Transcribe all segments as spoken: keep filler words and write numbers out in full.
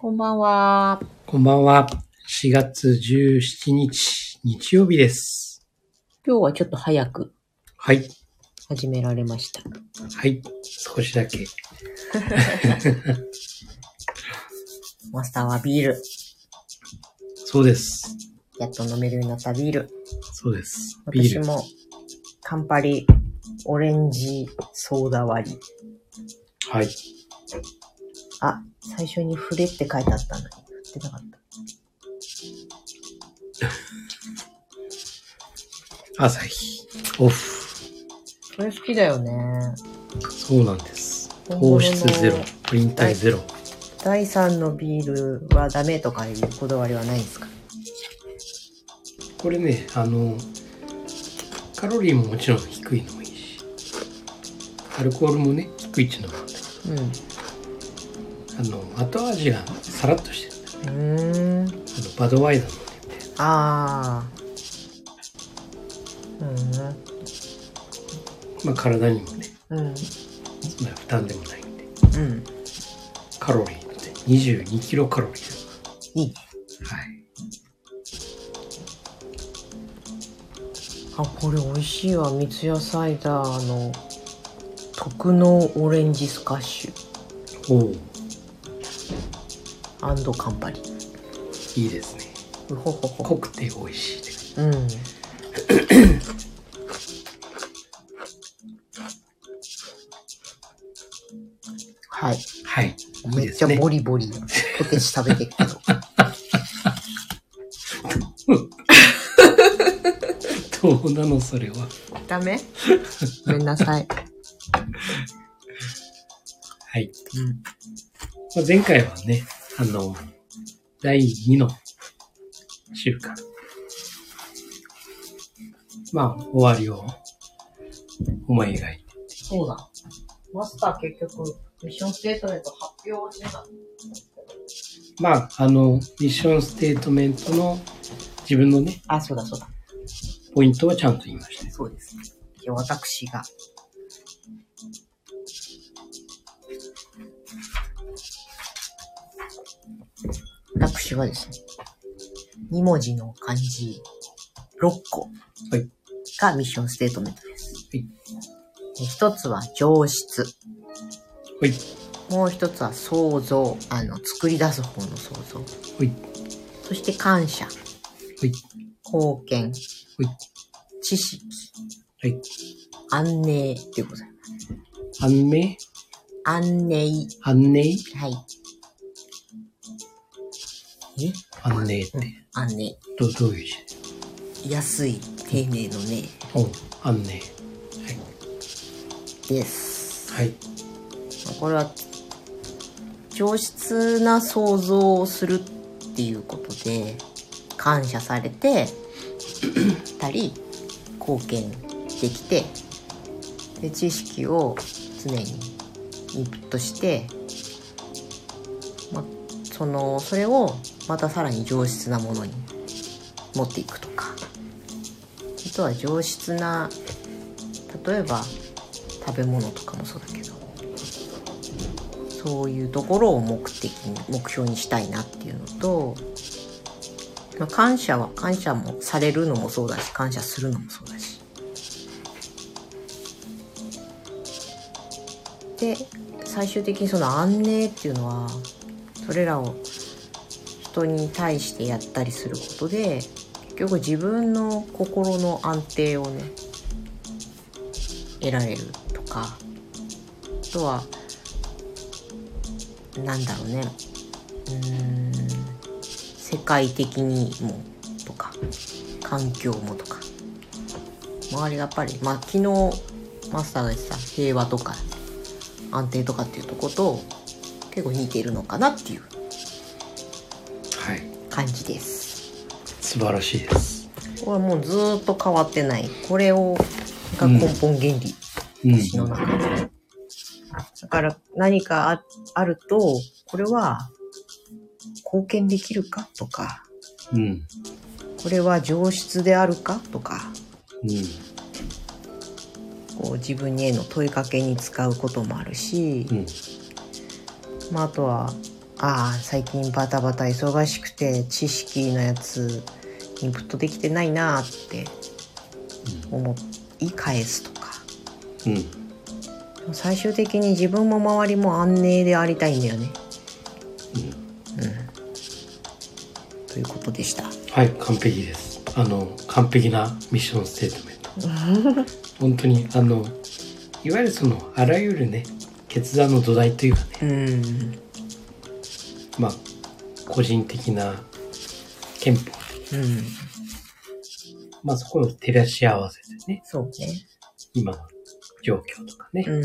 こんばんは。 こんばんは。しがつじゅうしちにち、日曜日です。 今日はちょっと早くはい。 始められました。 はい。少しだけ。 マスターはビール。 そうです。 やっと飲めるようになったビール。 そうです。ビール。 私もカンパリオレンジソーダ割り。 はい。 あ、最初に振れって書いてあったのに振ってなかった。 朝日オフ。 これ好きだよね。 そうなんです。糖質ゼロ、プリン体ゼロ。 だいさんのビールはダメとかいうこだわりはないんですか？ これね、あのカロリーももちろん低いのもいいし、アルコールもね低いっていうのもあるんだけど、うん、あの後味がさらっとしてるんだよね。うーん。あのバドワイザーのねみたいな。ああ。うん。まあ体にもね、うん、そんな負担でもないんで、うん、カロリーってにじゅうにキロカロリーですから。いいね。はい。 あ、これ美味しいわ。三ツ矢サイダーの特濃オレンジスカッシュ。おう。アンドカンパリー。 いいですね。うほほほ。濃くて美味しいです。うん。 はい。 はい。 めっちゃボリボリポテチ食べてるけど。 どうなのそれは。 ダメ？ごめんなさい。 はい。うん、まあ、前回はね、あの、だいにの週間。まあ、終わりを思い描いて。 そうだ。マスター結局、ミッションステートメント発表しなかった。 まあ、あの、ミッションステートメントの自分のね。 あ、そうだそうだ。 ポイントはちゃんと言いました。 そうですね。私が。私はですね、にもじの漢字ろっこがミッションステートメントです。はい、一つは上質。はい、もう一つは創造、あの作り出す方の創造。はい、そして感謝。はい、貢献。はい、知識。はい、安寧でございます。 安寧？ 安寧。 安寧？ はい。え？ 安寧って。うん、 安寧。 どう、どういう字？ 安い、丁寧のね。 お、安寧。はい。 です。 はい。 これは、上質な創造をするっていうことで、感謝されてたり、貢献できて、で知識を常にインプットして、ま、その、それをまたさらに上質なものに持っていくとか、あとは上質な、例えば食べ物とかもそうだけど、そういうところを目的に目標にしたいなっていうのと、まあ、感謝は感謝もされるのもそうだし、感謝するのもそうだし、で最終的にその安寧っていうのは、それらを人に対してやったりすることで、結局自分の心の安定をね得られるとか、あとはなんだろうね、うーん、世界的にもとか、環境もとか、周りがやっぱり、まあ昨日マスターが言ってた平和とか安定とかっていうところと結構似ているのかなっていう感じです。 はい、素晴らしいです。 これはもうずっと変わってない。これをが根本原理、うん、私の中で、うん、だから何か あ, あると、これは貢献できるかとか、うん、これは上質であるかとか、うん、こう自分への問いかけに使うこともあるし、うん、まあ、あとはああ最近バタバタ忙しくて知識のやつインプットできてないなって思い返すとか、 うん、 最終的に自分も周りも安寧でありたいんだよね。うん、うん、ということでした。 はい、完璧です。あの完璧なミッションステートメント本当にあのいわゆるそのあらゆるね決断の土台というかね、うん、まあ個人的な憲法、うん、まあそこを照らし合わせてね、 そうね、 今の状況とかね、うん、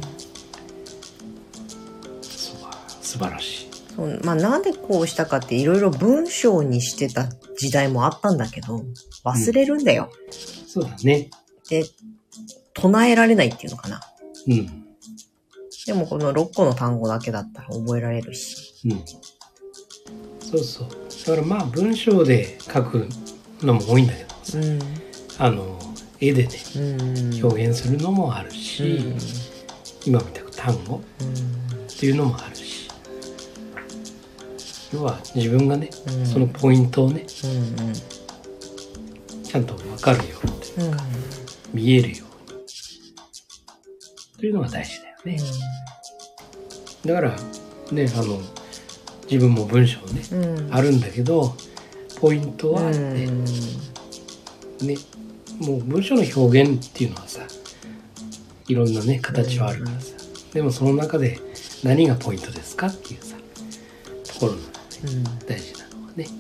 素晴らしい。 そう、まあなんでこうしたかっていろいろ文章にしてた時代もあったんだけど忘れるんだよ、 うん、そうだね。 で唱えられないっていうのかな。 うん。 でもこのろっこの単語だけだったら覚えられるし。 うん。そうそう。だからまあ文章で書くのも多いんだけどさ、うん、あの絵でね、うん、表現するのもあるし、うん、今みたく単語っていうのもあるし、要は自分がね、うん、そのポイントをね、うんうん、ちゃんと分かるように、うん、見えるようにというのが大事だよね、うん、だからね、あの自分も文章ね、うん、あるんだけどポイントはあって、うん、ね、もう文章の表現っていうのはさいろんなね形はあるからさ、うん、でもその中で何がポイントですかっていうさところがね、うん、大事なのはね。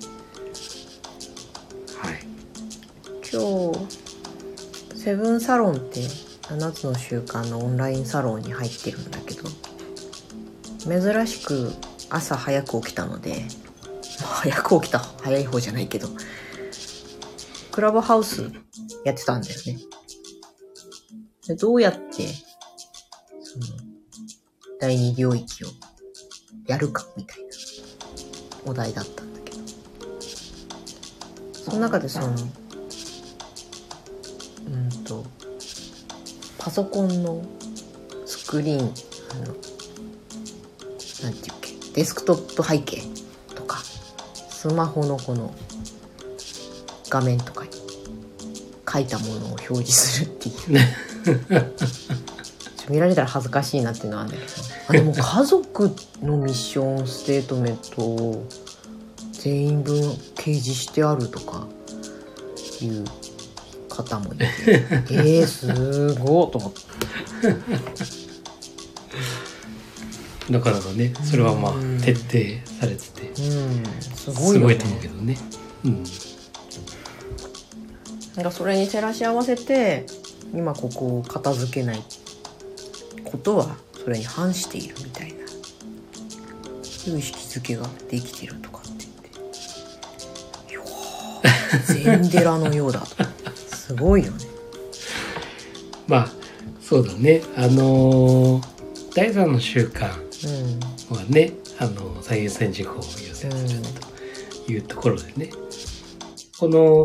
はい。 今日セブンサロンってななつの習慣のオンラインサロンに入ってるんだけど、珍しく朝早く起きたので、早く起きた早い方じゃないけどクラブハウスやってたんだよね。でどうやってその第二領域をやるかみたいなお題だったんだけど、その中でそのうんとパソコンのスクリーン、あのなんていうっけ、デスクトップ背景とかスマホのこの画面とかに書いたものを表示するっていう見られたら恥ずかしいなっていうのはあるんだけど、あでも家族のミッションステートメントを全員分掲示してあるとかいう方もいてえーすごいと思ってなかなかねそれはまあ徹底されてて、うん、すごいよね、すごいと思うけどね、うん、 なんかそれに照らし合わせて今ここを片付けないことはそれに反しているみたいないう意識づけができてるとかって言って、いやー禅寺のようだすごいよね。 まあそうだね、あのー、だいさんの習慣はね、うん、あの最優先事項を優先するというところでね、うん、この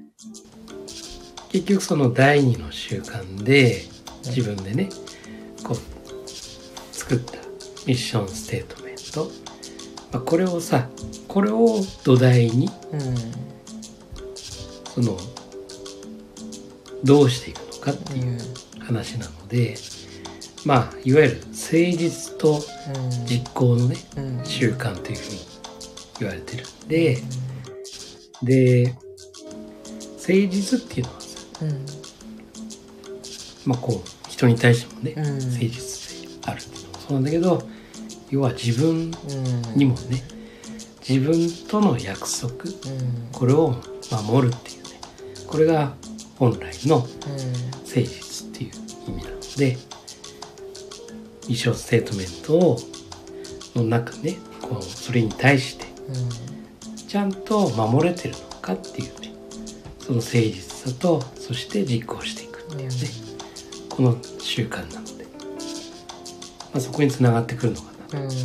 結局そのだいにの習慣で自分でね、うん、こう作ったミッションステートメント、まあ、これをさこれを土台に、うん、そのどうしていくのかっていう話なので、うん、まあいわゆる誠実と実行のね、うん、習慣というふうに言われてるんで、うん、で誠実っていうのはさ、うん、まあこう人に対してもね、うん、誠実であるっていうのもそうなんだけど、要は自分にもね、自分との約束、うん、これを守るっていうね、これが本来の誠実っていう意味なので、ミッションステートメントをの中ね、こうそれに対してちゃんと守れてるのかっていうね、その誠実さとそして実行していくっていうね、この習慣なので、まあ、そこにつながってくるのかなと。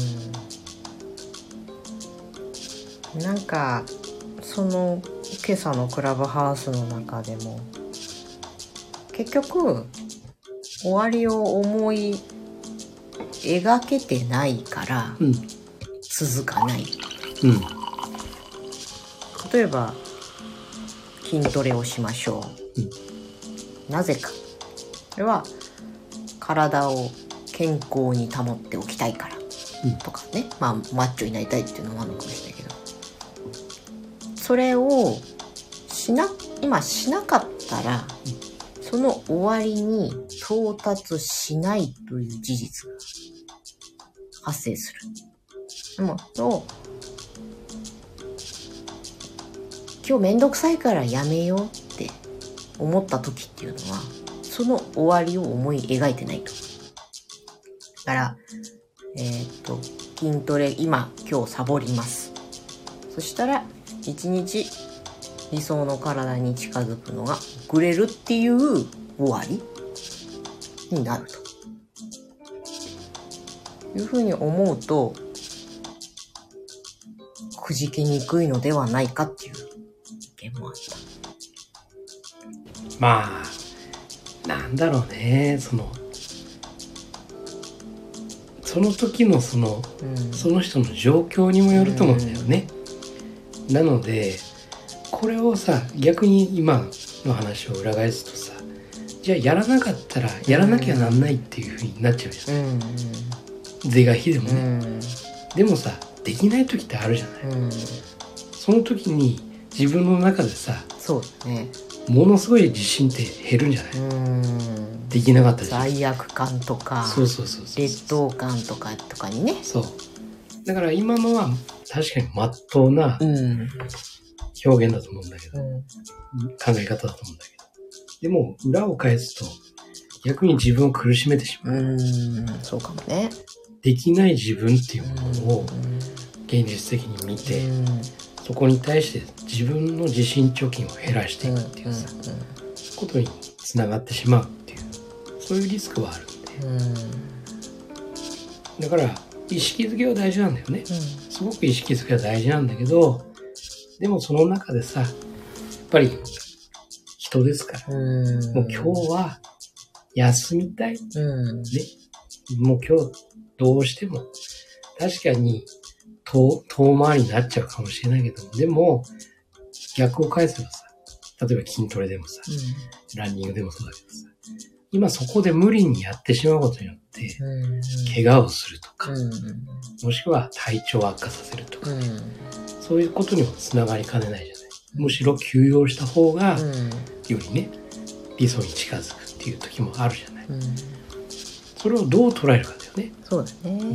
うん、なんかその今朝のクラブハウスの中でも結局終わりを思い描けてないから、うん、 続かない。 うん、 例えば筋トレをしましょう、うん、なぜか。それは体を健康に保っておきたいから、うん、とかね、まあマッチョになりたいっていうのもあるのかもしれないけど、それをしな今しなかったら、うん、その終わりに到達しないという事実が発生する。でもそう今日めんどくさいからやめようって思った時っていうのは、その終わりを思い描いてないと。だから、えー、っと、筋トレ今、今日サボります。そしたら、一日理想の体に近づくのが遅れるっていう終わりになると。いうふうに思うと、くじけにくいのではないかっていう意見もあった。 まあ、なんだろうね、その、その時のその、うん、その人の状況にもよると思うんだよね。うん、なので、これをさ、逆に今の話を裏返すとさ、じゃあやらなかったらやらなきゃなんないっていう風になっちゃうじゃない。うんうん、是が非でもね。うん、でもさ、できない時ってあるじゃない。うん、その時に自分の中でさ、 そうね。 ものすごい自信って減るんじゃない？うん、できなかったじゃん。 罪悪感とか、 そうそうそうそう、 劣等感とかとかにね。 そう。だから今のは確かに真っ当な表現だと思うんだけど、うん、考え方だと思うんだけど、でも裏を返すと逆に自分を苦しめてしまう。 うん、そうかもね。 できない自分っていうものを現実的に見て、うん、そこに対して自分の自信貯金を減らしていくっていうさ、うんうんうん、ことにつながってしまうっていう、そういうリスクはあるんで、うん、だから意識づけは大事なんだよね、うん、すごく意識づけは大事なんだけど、でもその中でさ、やっぱり人ですから、うん、もう今日は休みたい、うん、ね、もう今日どうしても確かに遠, 遠回りになっちゃうかもしれないけど、でも逆を返せばさ、例えば筋トレでもさ、うん、ランニングでもそうだけどさ、今そこで無理にやってしまうことによって、うん、怪我をするとか、うん、もしくは体調を悪化させるとか、ね、うん、そういうことにもつながりかねないじゃない。むしろ休養した方が、うん、よりね、理想に近づくっていう時もあるじゃない。うん、それをどう捉えるかだよね。 そうだね。うん、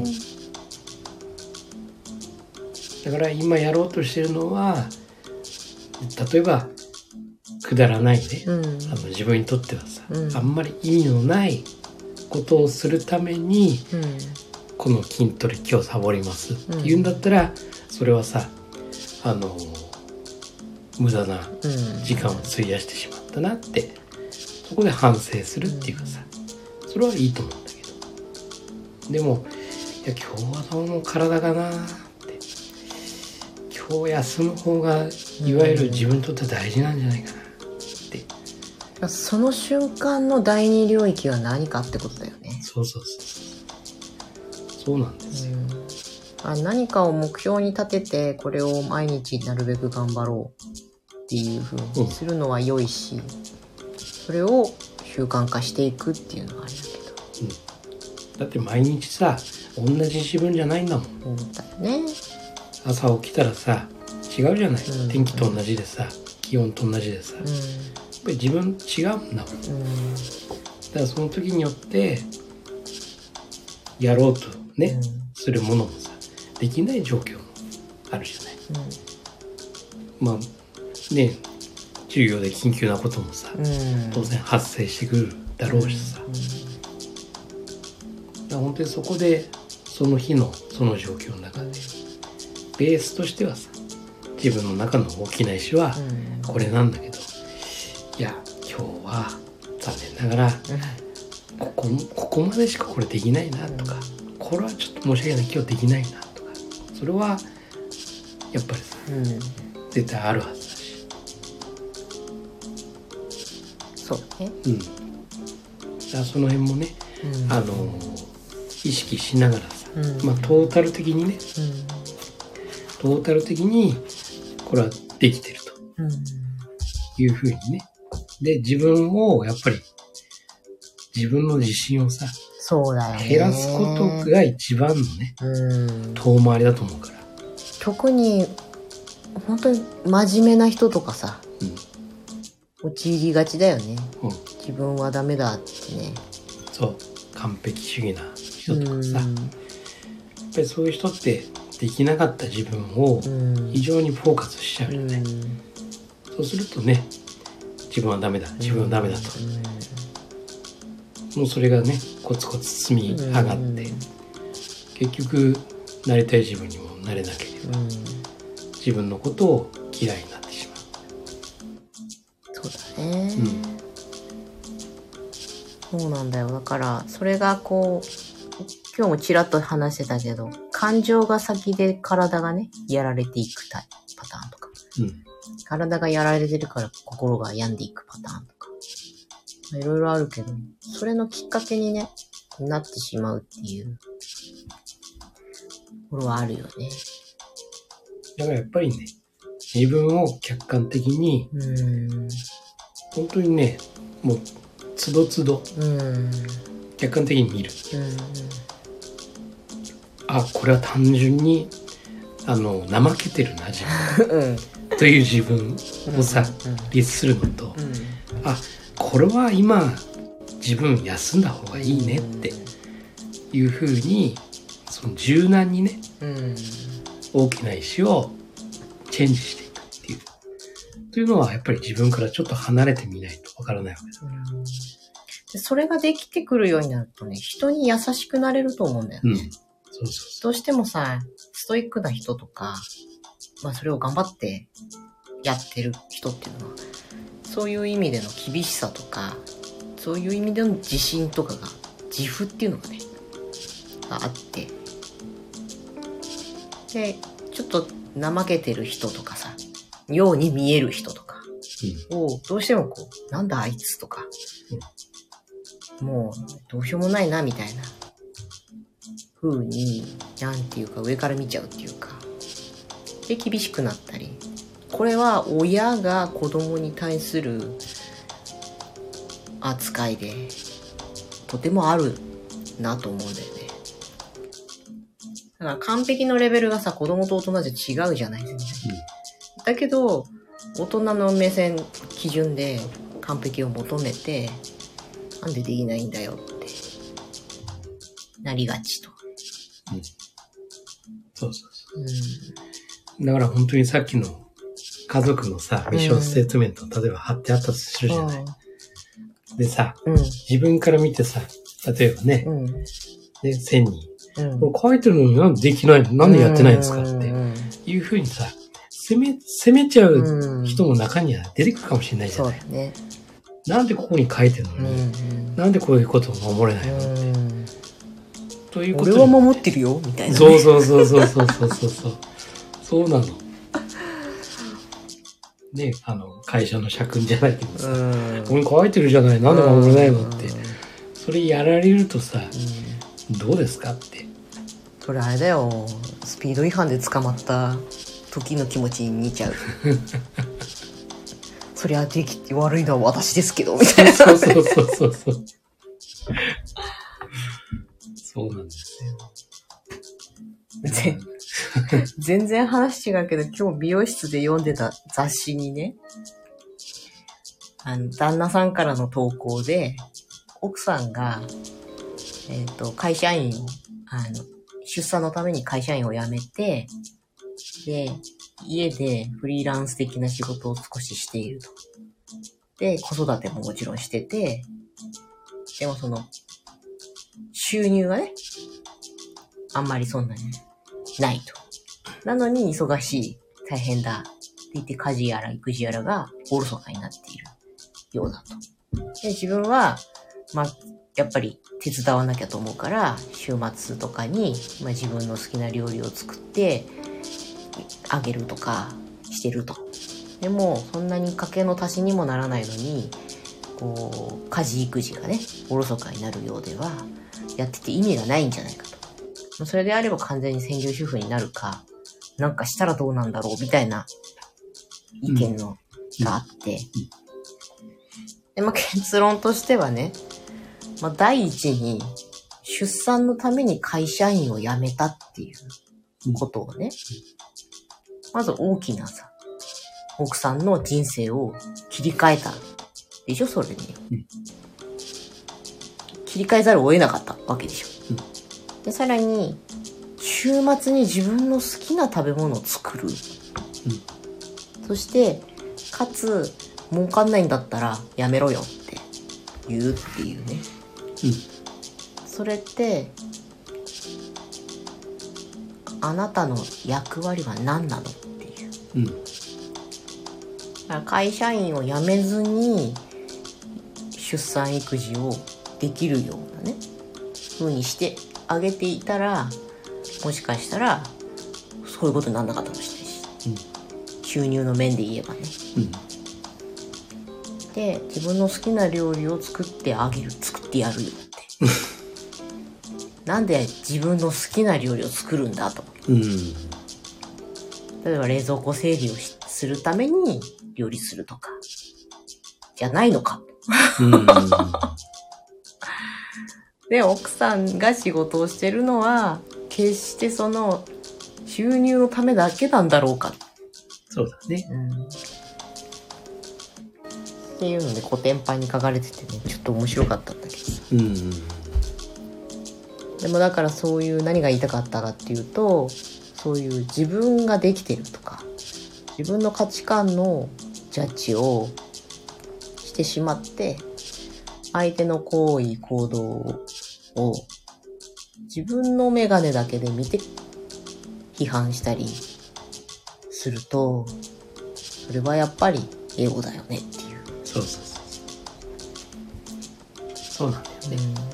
だから今やろうとしてるのは、例えばくだらないね、うん、あの自分にとってはさ、うん、あんまり意味のないことをするために、うん、この筋トレ今日サボりますって言うんだったら、うん、それはさ、あの無駄な時間を費やしてしまったなって、そこで反省するっていうかさ、それはいいと思うんだけど、でもいや今日はどうも体がなって、今日休む方がいわゆる自分にとっては大事なんじゃないかなって、 その瞬間の第二領域は何かってことだよね。 そうそうそうそうなんですよ。 あ、何かを目標に立ててこれを毎日なるべく頑張ろうっていう風にするのは良いし、うん、それを習慣化していくっていうのはあれだけど、 うん、だって毎日さ同じ自分じゃないんだもん。 そうだよね。 朝起きたらさ違うじゃない、うん、天気と同じでさ、気温と同じでさ、うん、やっぱり自分違うんだもん、うん、だからその時によってやろうとね、うん、するものもさできない状況もあるじゃない、うん、まあね、授業で緊急なこともさ、うん、当然発生してくるだろうしさ、うんうん、だから本当にそこでその日のその状況の中でベースとしてはさ、自分の中の大きな意思はこれなんだけど、いや今日は残念ながらここ、ここまでしかこれできないなとか、これはちょっと申し訳ない今日できないなとか、それはやっぱりさ、うん、絶対あるはずだし。 そうね。 うん。だからその辺もね、うん、あの意識しながらさ、 うん、 まあトータル的にね、うん、トータル的にこれはできてるというふうにね。で、自分をやっぱり自分の自信をさ、 そうだよね、 減らすことが一番のね、うん、遠回りだと思うから。 特に本当に真面目な人とかさ、うん、陥りがちだよね、うん、自分はダメだってね。 そう完璧主義な人とかさ、うん、やっぱりそういう人ってできなかった自分を非常にフォーカスしちゃうよね、うん、そうするとね自分はダメだ自分はダメだと、うん、もうそれがねコツコツ積み上がって、うん、結局なりたい自分にもなれなければ、うん、自分のことを嫌いになってしまう。そうだね、うん、そうなんだよ。だからそれがこう今日もちらっと話してたけど、感情が先で体がねやられていくパターンとか、うん、体がやられてるから心が病んでいくパターンとかいろいろあるけど、それのきっかけにねなってしまうっていうところはあるよね。 だからやっぱりね自分を客観的にうん本当にねもうつどつど客観的に見る。うんあこれは単純にあの怠けてるな自分、うん、という自分をさ、うんうん、律するのと、うん、あこれは今自分休んだ方がいいねっていうふうにその柔軟にね、うん、大きな意思をチェンジしていくっていうというのはやっぱり自分からちょっと離れてみないとわからないわけだから、うん、 でそれができてくるようになるとね人に優しくなれると思うんだよね、うん、そうそうそうどうしてもさストイックな人とか、まあ、それを頑張ってやってる人っていうのはそういう意味での厳しさとかそういう意味での自信とかが自負っていうのがねがあってでちょっと怠けてる人とかさように見える人とかをどうしてもこうなんだあいつとか、うん、もうどうしようもないなみたいな風になんていうか上から見ちゃうっていうかで厳しくなったりこれは親が子供に対する扱いでとてもあるなと思うんだよね。だから完璧のレベルがさ子供と大人じゃ違うじゃないですか、うん、だけど大人の目線基準で完璧を求めてなんでできないんだよってなりがちと、うん、 そうそうそう、うん、だから本当にさっきの家族のさミッションステートメント、うん、例えば貼ってあったとするじゃない、うん、でさ、うん、自分から見てさ例えばね、うん、で線に、うん、これ書いてるのになんでできないのなんでやってないんですかっていうふうにさ責め、責めちゃう人も中には出てくるかもしれないじゃない、うんそうね、なんでここに書いてるのに、うん、なんでこういうことを守れないのって、うん、ということ俺は守ってるよみたいな、ね、 そうそうそうそうそうそうそうそうそうなのね、あの会社の社訓じゃないけどさ、ここに書いてるじゃないなんで守れないのってそれやられるとさ、うん、どうですかってそれあれだよスピード違反で捕まった時の気持ちに似ちゃうそりゃできて悪いのは私ですけどみたいなそうそうそうそうそうそうなんですよ全然話違うけど今日美容室で読んでた雑誌にねあの旦那さんからの投稿で奥さんが、えーと、会社員をあの出産のために会社員を辞めてで家でフリーランス的な仕事を少ししているとで子育てももちろんしててでもその収入がねあんまりそんなにないと。なのに忙しい、大変だって言って家事やら育児やらがおろそかになっているようだと。で自分は、まあ、やっぱり手伝わなきゃと思うから、週末とかに、まあ、自分の好きな料理を作ってあげるとかしてると。でもそんなに家計の足しにもならないのに、こう家事育児がねおろそかになるようではやってて意味がないんじゃないかと。 それであれば完全に専業主婦になるか、なんかしたらどうなんだろうみたいな意見の、うん、があって、うんうん、で、まあ、結論としてはね、まあ、第一に出産のために会社員を辞めたっていうことをね、うん、まず大きなさ、奥さんの人生を切り替えたでしょ、それに、うん、切り替えざるを得なかったわけでしょ、うん、でさらに週末に自分の好きな食べ物を作る、うん、そしてかつ儲かんないんだったらやめろよって言うっていうね、うん、それってあなたの役割は何なのっていう、うん、だから会社員を辞めずに出産育児をできるようなね風にしてあげていたら、もしかしたらそういうことにならなかったかもしれないし、うん、収入の面で言えばね、うん、で自分の好きな料理を作ってあげる、作ってやるよってなんで自分の好きな料理を作るんだと、うん、例えば冷蔵庫整理をするために料理するとかじゃないのか、うん、で奥さんが仕事をしてるのは決してその収入のためだけなんだろうか。 そうだね、うん、 っていうのでコテンパンに書かれててね、ちょっと面白かったんだけど、うん、でもだからそういう何が言いたかったかっていうと、そういう自分ができてるとか自分の価値観のジャッジをしてしまって相手の行為行動を自分の眼鏡だけで見て批判したりすると、それはやっぱりエゴだよねっていう。 そうそうそうそうなんだよね、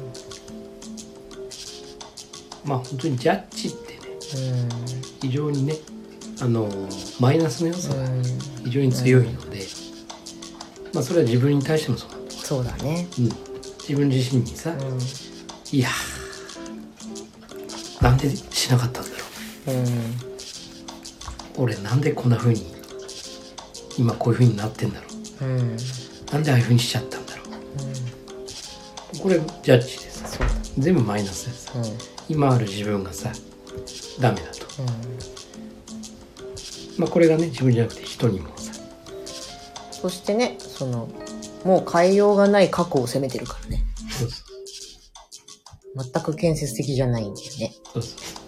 うん、まあ本当にジャッジってね、うん、非常にねあのマイナスの要素が非常に強いので、うん、まあそれは自分に対してもそうなんだ。 そうだね、 うん、自分自身にさ、うん、いやなんでしなかったんだろう、うん、俺なんでこんな風に今こういう風になってんだろう、うん、なんでああいう風にしちゃったんだろう、うん、これジャッジです。そう全部マイナスです、うん、今ある自分がさダメだと、うん、まあこれがね自分じゃなくて人にもさ、 そしてねそのもう変えようがない過去を責めてるからね。そうそう全く建設的じゃないんだよね。そう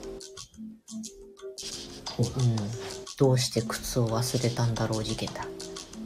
そうそう、うん、どうして靴を忘れたんだろう事件だ。ん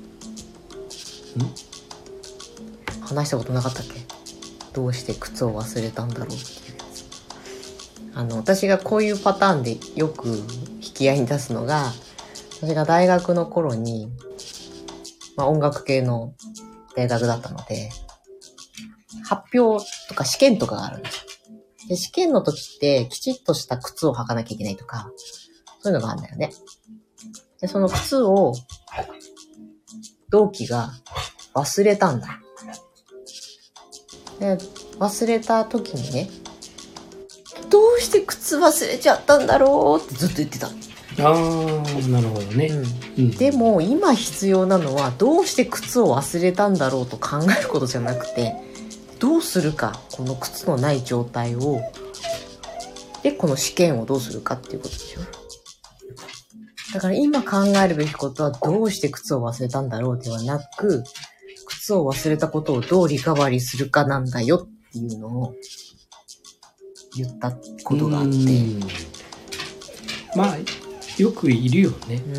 話したことなかったっけ？どうして靴を忘れたんだろうっていうやつ。あの私がこういうパターンでよく引き合いに出すのが、私が大学の頃に、まあ、音楽系の大学だったので発表とか試験とかがあるんですよ。で試験の時ってきちっとした靴を履かなきゃいけないとかそういうのがあるんだよね。でその靴を同期が忘れたんだ。で忘れた時にね、どうして靴忘れちゃったんだろうってずっと言ってた。 あーなるほどね、 うんうん、でも今必要なのはどうして靴を忘れたんだろうと考えることじゃなくて、どうするかこの靴のない状態をでこの試験をどうするかっていうことでしょ。だから今考えるべきことはどうして靴を忘れたんだろうではなく、靴を忘れたことをどうリカバリーするかなんだよっていうのを言ったことがあって、 まあよくいるよね、うん、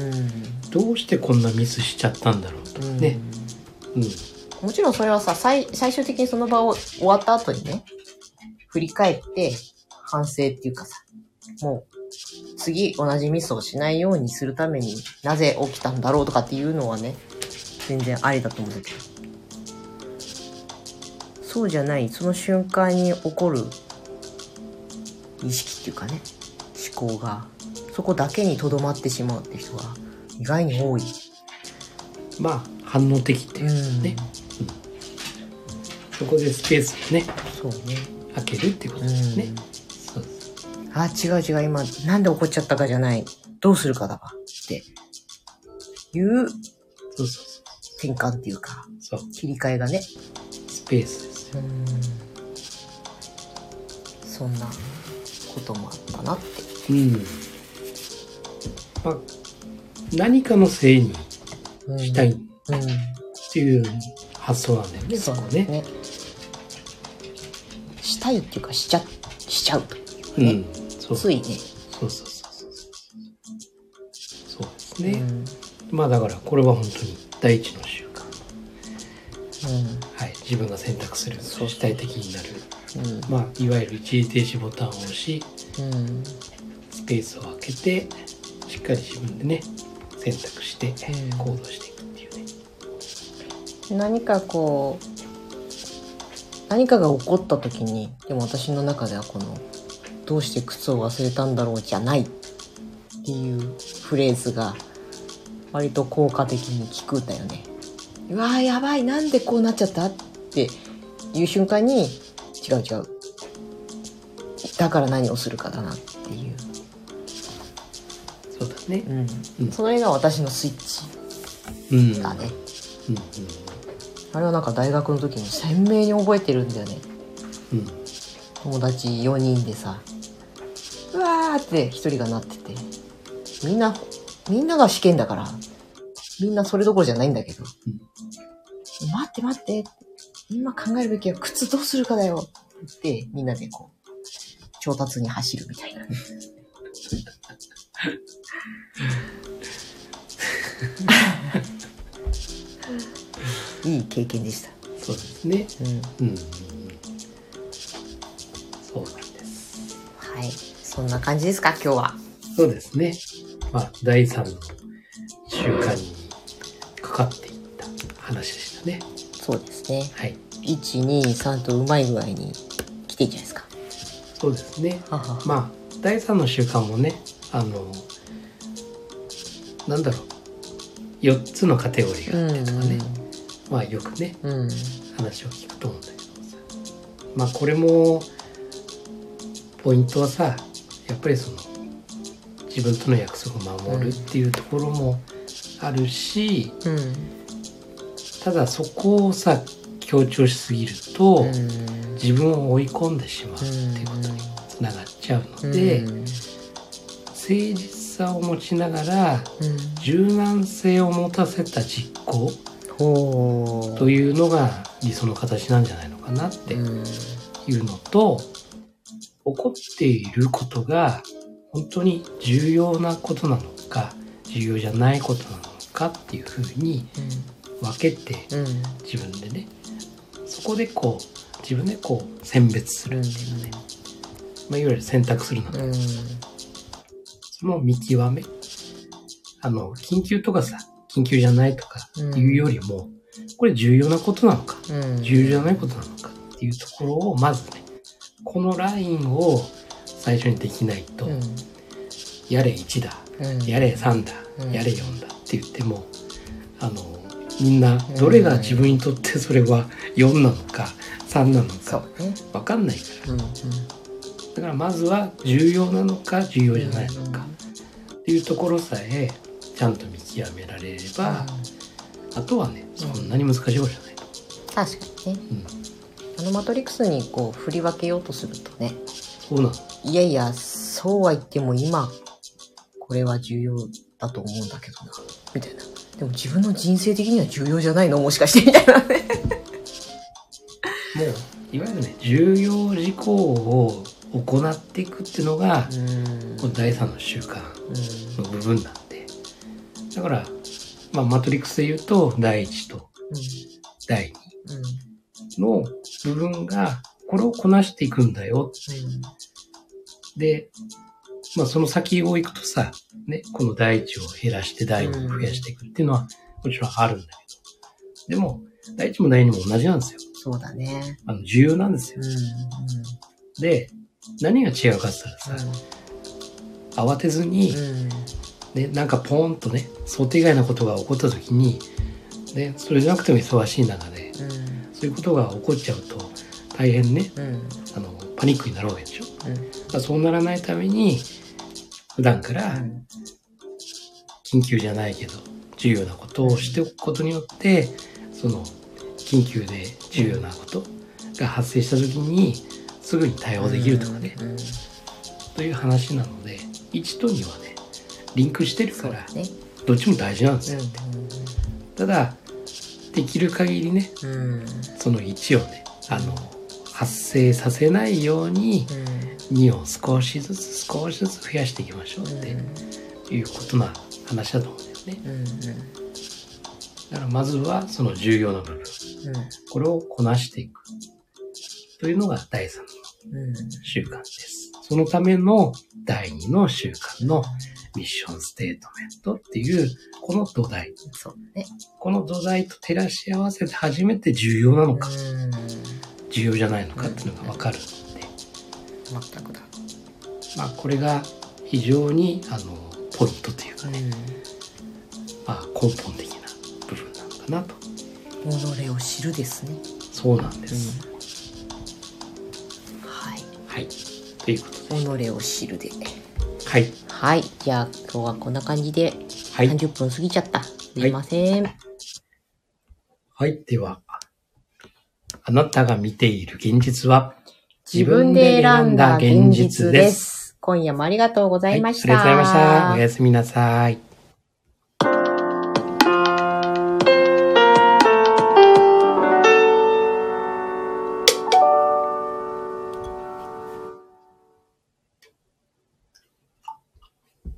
どうしてこんなミスしちゃったんだろうとかね、 うんうん、もちろんそれはさ 最, 最終的にその場を終わった後にね振り返って反省っていうかさ、もう次同じミスをしないようにするためになぜ起きたんだろうとかっていうのはね全然ありだと思うんだけど、そうじゃないその瞬間に起こる意識っていうかね思考がそこだけにとどまってしまうって人は意外に多い。 まあ反応的っていうかね、うんうん、そこでスペースをね、そうね開けるっていうことですね、うん、そうです。 あ、違う違う、今、なんで怒っちゃったかじゃない。どうするかだわ。っていう、 そうそうそう。 転換っていうか、 そう。 切り替えがね。 スペースですよ。 うん。そんなこともあったなって。 うん。まあ、何かのせいにしたいっていう発想なんだよね、うん、そこね。ね。したいっていうか、しちゃ、しちゃうというね。うん、そうついね。そうそうそうそう。そうですね。うん、まあだから、これは本当に第一の習慣。うん、はい。自分が選択する主体的になる。うん、まあ、いわゆる一時停止ボタンを押し、うん、スペースを空けて、しっかり自分でね、選択して行動していくっていうね。 うん、何かこう、何かが起こった時に、でも私の中ではこの、どうして靴を忘れたんだろうじゃないっていうフレーズが割と効果的に効くんだよね。うわーやばい、なんでこうなっちゃったっていう瞬間に、違う違う。だから何をするかだなっていう。 そうだね。 うん。うん、それが私のスイッチだね。うんうんうん、あれはなんか大学の時に鮮明に覚えてるんだよね。うん、友達よにんでさ、うわーって一人がなってて、みんな、みんなが試験だから、みんなそれどころじゃないんだけど、うん、待って待って、今考えるべきは靴どうするかだよって言って、みんなでこう、調達に走るみたいな。いい経験でした。 そうですね。うん。うん、そうなんです。 はい。そんな感じですか、今日は。 そうですね。まあ、だいさんの習慣にかかっていった話でしたね。 そうですね。 はい。 いち、に、さんとうまい具合に来ていいんじゃないですか。 そうですね。ははまあ、だいさんの習慣もね、あの、なんだろう、よっつのカテゴリーがあってとかね、うんうん、まあよくね、うん、話を聞くと思うんだけどさ、まあこれもポイントはさ、やっぱりその自分との約束を守るっていうところもあるし、うん、ただそこをさ強調しすぎると、うん、自分を追い込んでしまうっていうことにつながっちゃうので、うん、誠実さを持ちながら、うん、柔軟性を持たせた実行というのが理想の形なんじゃないのかなっていうのと、起こっていることが本当に重要なことなのか重要じゃないことなのかっていうふうに分けて、自分でね、そこでこう自分でこう選別するっていうね、まあ、いわゆる選択するなんだけど、その見極め、あの緊急とかさ緊急じゃないとかいうよりも、これ重要なことなのか、重要じゃないことなのかっていうところをまずね、このラインを最初にできないと、うん、やれいちだ、うん、やれさんだ、うん、やれよんだって言っても、あのみんなどれが自分にとってそれはよんなのかさんなのか分かんないから、うんうん、だからまずは重要なのか重要じゃないのかっていうところさえちゃんと見極められれば、うん、あとはねそんなに難しいことじゃないと。 確かにね、うん、あのマトリックスにこう振り分けようとするとね、 そうなの。 いやいやそうは言っても今これは重要だと思うんだけどなみたいな、でも自分の人生的には重要じゃないのもしかしてみたいなねもういわゆるね重要事項を行っていくっていうのがこのだいさんの習慣の部分なんで、だから、まあ、マトリックスで言うとだいいちとだいにの部分がこれをこなしていくんだよ、うん、で、まあ、その先を行くとさ、ね、このだいいちを減らしてだいにを増やしていくっていうのはもちろんあるんだけど、でもだいいちもだいにも同じなんですよ。 そうだね。 あの重要なんですよ、うんうん、で何が違うかって言ったらさ、うん、慌てずに、うんね、なんかポーンとね想定外なことが起こった時に、ね、それじゃなくても忙しい中で、うん、そういうことが起こっちゃうと大変ね、うん、あのパニックになるわけでしょ、うん、 そうならないために、普段から緊急じゃないけど重要なことをしておくことによって、その緊急で重要なことが発生した時にすぐに対応できるとかね、うんうん、という話なので、いちとにはねリンクしてるから、ね、どっちも大事なんですよって、うんうんうん、ただできる限りね、うん、そのいちをねあの発生させないように、うん、にを少しずつ少しずつ増やしていきましょうっていうことな話だと思うんですね、うんうん、だからまずはその重要な部分、うん、これをこなしていくというのがだいさんの習慣です。そのためのだいにの習慣のミッションステートメントっていうこの土台、そうね、この土台と照らし合わせて初めて重要なのか、うん、重要じゃないのかっていうのが分かるので、 うんうん、全くだ。 まあこれが非常にあのポイントというかね、うん、まあ根本的な部分なのかなと。 己を知るですね。 そうなんです。 うん、はい。 はい。ということで。 己を知るで。 はい。 はい。じゃあ今日はこんな感じでさんじゅっぷん過ぎちゃった。はい、すいません。 はい。はい、では、あなたが見ている現実は自分で選んだ現実です。今夜もありがとうございました。 はい、ありがとうございました。おやすみなさい。